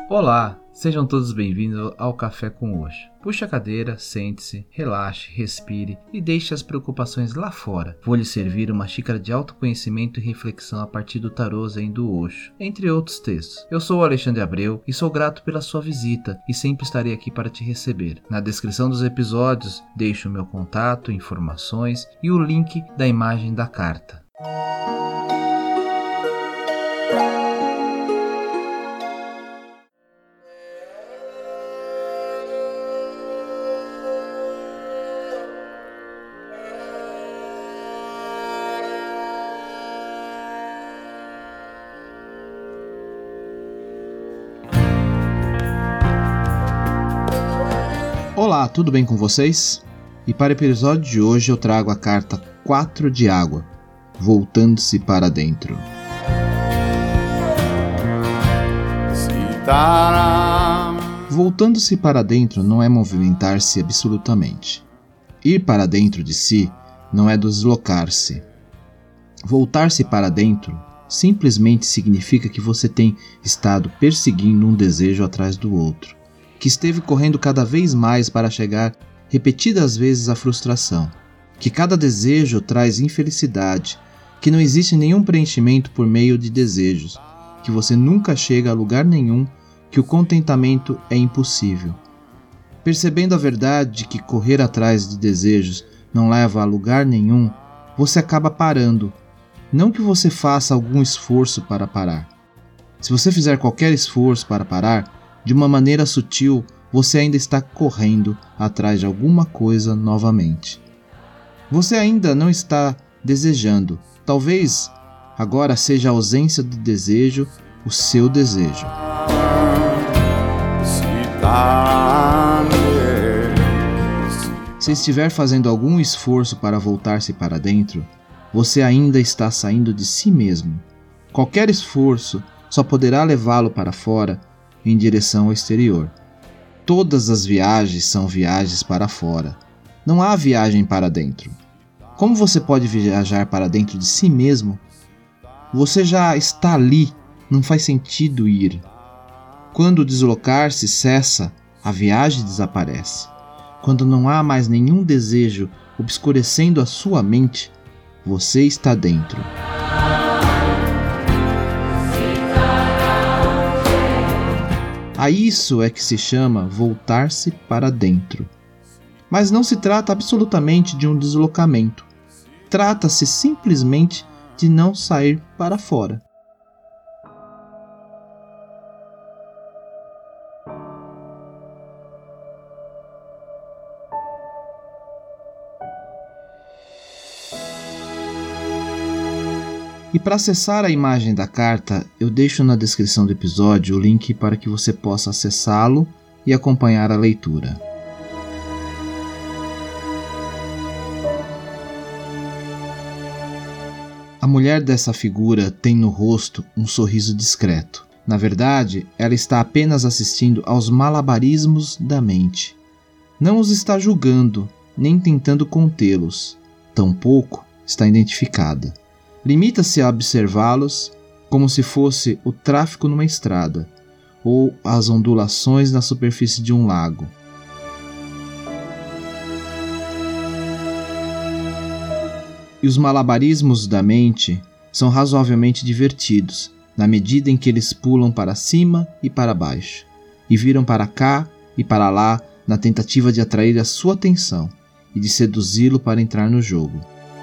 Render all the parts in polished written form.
Olá, sejam todos bem-vindos ao Café com Osho. Puxe a cadeira, sente-se, relaxe, respire e deixe as preocupações lá fora. Vou lhe servir uma xícara de autoconhecimento e reflexão a partir do tarô Zen do Osho, entre outros textos. Eu sou o Alexandre Abreu e sou grato pela sua visita e sempre estarei aqui para te receber. Na descrição dos episódios deixo o meu contato, informações e o link da imagem da carta. Olá, tudo bem com vocês? E para o episódio de hoje eu trago a carta 4 de água, voltando-se para dentro. Voltando-se para dentro não é movimentar-se absolutamente. Ir para dentro de si não é deslocar-se. Voltar-se para dentro simplesmente significa que você tem estado perseguindo um desejo atrás do outro, que esteve correndo cada vez mais para chegar repetidas vezes à frustração, que cada desejo traz infelicidade, que não existe nenhum preenchimento por meio de desejos, que você nunca chega a lugar nenhum, que o contentamento é impossível. Percebendo a verdade de que correr atrás de desejos não leva a lugar nenhum, você acaba parando. Não que você faça algum esforço para parar. Se você fizer qualquer esforço para parar, de uma maneira sutil, você ainda está correndo atrás de alguma coisa novamente. Você ainda não está desejando. Talvez agora seja a ausência de desejo o seu desejo. Se estiver fazendo algum esforço para voltar-se para dentro, você ainda está saindo de si mesmo. Qualquer esforço só poderá levá-lo para fora em direção ao exterior. Todas as viagens são viagens para fora. Não há viagem para dentro. Como você pode viajar para dentro de si mesmo? Você já está ali, não faz sentido ir. Quando deslocar-se cessa, a viagem desaparece. Quando não há mais nenhum desejo obscurecendo a sua mente, você está dentro. A isso é que se chama voltar-se para dentro. Mas não se trata absolutamente de um deslocamento. Trata-se simplesmente de não sair para fora. E para acessar a imagem da carta, eu deixo na descrição do episódio o link para que você possa acessá-lo e acompanhar a leitura. A mulher dessa figura tem no rosto um sorriso discreto. Na verdade, ela está apenas assistindo aos malabarismos da mente. Não os está julgando, nem tentando contê-los. Tampouco está identificada. Limita-se a observá-los como se fosse o tráfego numa estrada ou as ondulações na superfície de um lago. E os malabarismos da mente são razoavelmente divertidos, na medida em que eles pulam para cima e para baixo, e viram para cá e para lá na tentativa de atrair a sua atenção e de seduzi-lo para entrar no jogo.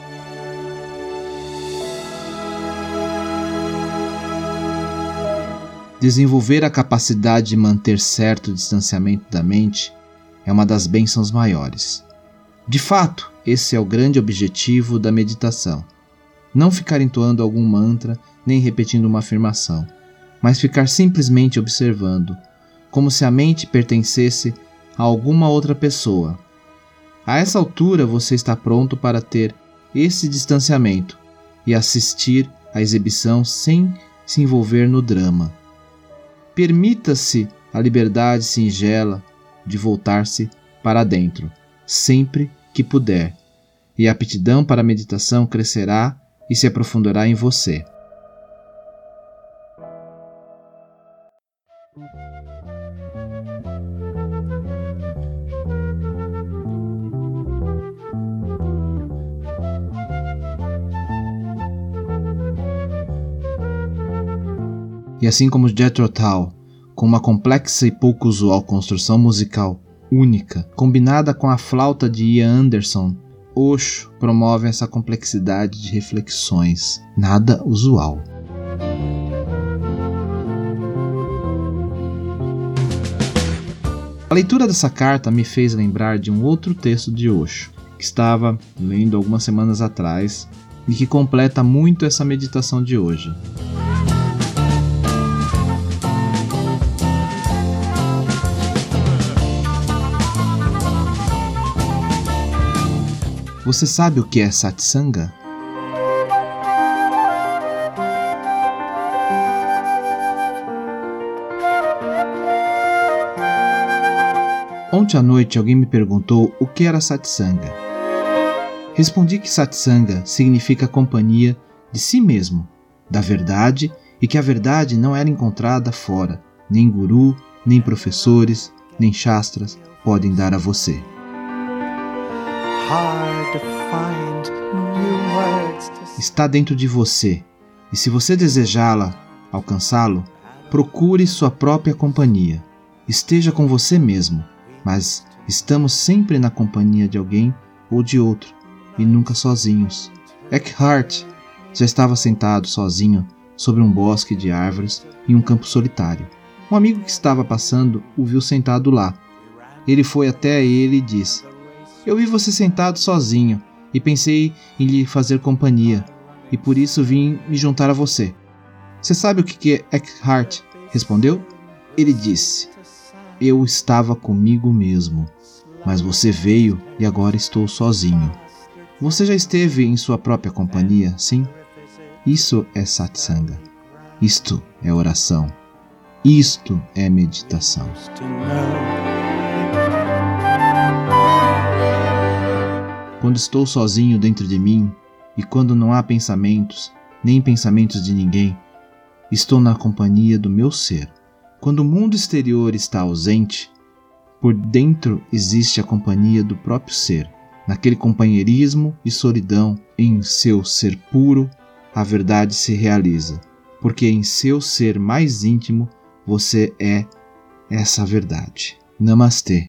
Desenvolver a capacidade de manter certo distanciamento da mente é uma das bênçãos maiores. De fato, esse é o grande objetivo da meditação. Não ficar entoando algum mantra nem repetindo uma afirmação, mas ficar simplesmente observando, como se a mente pertencesse a alguma outra pessoa. A essa altura você está pronto para ter esse distanciamento e assistir à exibição sem se envolver no drama. Permita-se a liberdade singela de voltar-se para dentro, sempre que puder, e a aptidão para a meditação crescerá e se aprofundará em você. E assim como Jethro Tull, com uma complexa e pouco usual construção musical única, combinada com a flauta de Ian Anderson, Osho promove essa complexidade de reflexões, nada usual. A leitura dessa carta me fez lembrar de um outro texto de Osho, que estava lendo algumas semanas atrás e que completa muito essa meditação de hoje. Você sabe o que é satsanga? Ontem à noite alguém me perguntou o que era satsanga. Respondi que satsanga significa companhia de si mesmo, da verdade, e que a verdade não era encontrada fora, nem guru, nem professores, nem shastras podem dar a você. Está dentro de você, e se você desejá-la, alcançá-lo, procure sua própria companhia. Esteja com você mesmo, mas estamos sempre na companhia de alguém ou de outro, e nunca sozinhos. Eckhart já estava sentado sozinho sobre um bosque de árvores em um campo solitário. Um amigo que estava passando o viu sentado lá. Ele foi até ele e disse: "Eu vi você sentado sozinho e pensei em lhe fazer companhia, e por isso vim me juntar a você." "Você sabe o que Eckhart respondeu?" Ele disse: "Eu estava comigo mesmo, mas você veio e agora estou sozinho." Você já esteve em sua própria companhia, sim? Isso é satsanga. Isto é oração. Isto é meditação. Quando estou sozinho dentro de mim e quando não há pensamentos, nem pensamentos de ninguém, estou na companhia do meu ser. Quando o mundo exterior está ausente, por dentro existe a companhia do próprio ser. Naquele companheirismo e solidão, em seu ser puro, a verdade se realiza, porque em seu ser mais íntimo você é essa verdade. Namastê.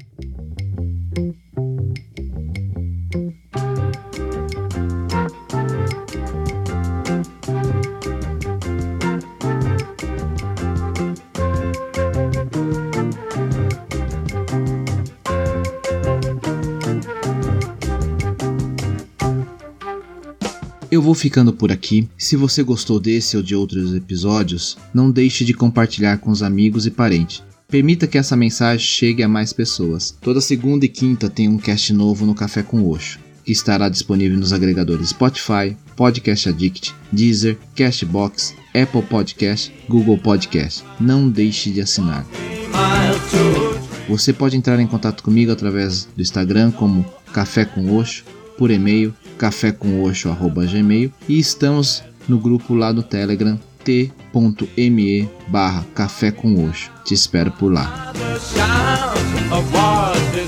Eu vou ficando por aqui. Se você gostou desse ou de outros episódios, não deixe de compartilhar com os amigos e parentes. Permita que essa mensagem chegue a mais pessoas. Toda segunda e quinta tem um cast novo no Café com Osho, que estará disponível nos agregadores Spotify, Podcast Addict, Deezer, Castbox, Apple Podcast, Google Podcast. Não deixe de assinar. Você pode entrar em contato comigo através do Instagram como Café com Osho, por e-mail cafécomosho@gmail, e estamos no grupo lá do Telegram t.me/café com Osho. Te espero por lá.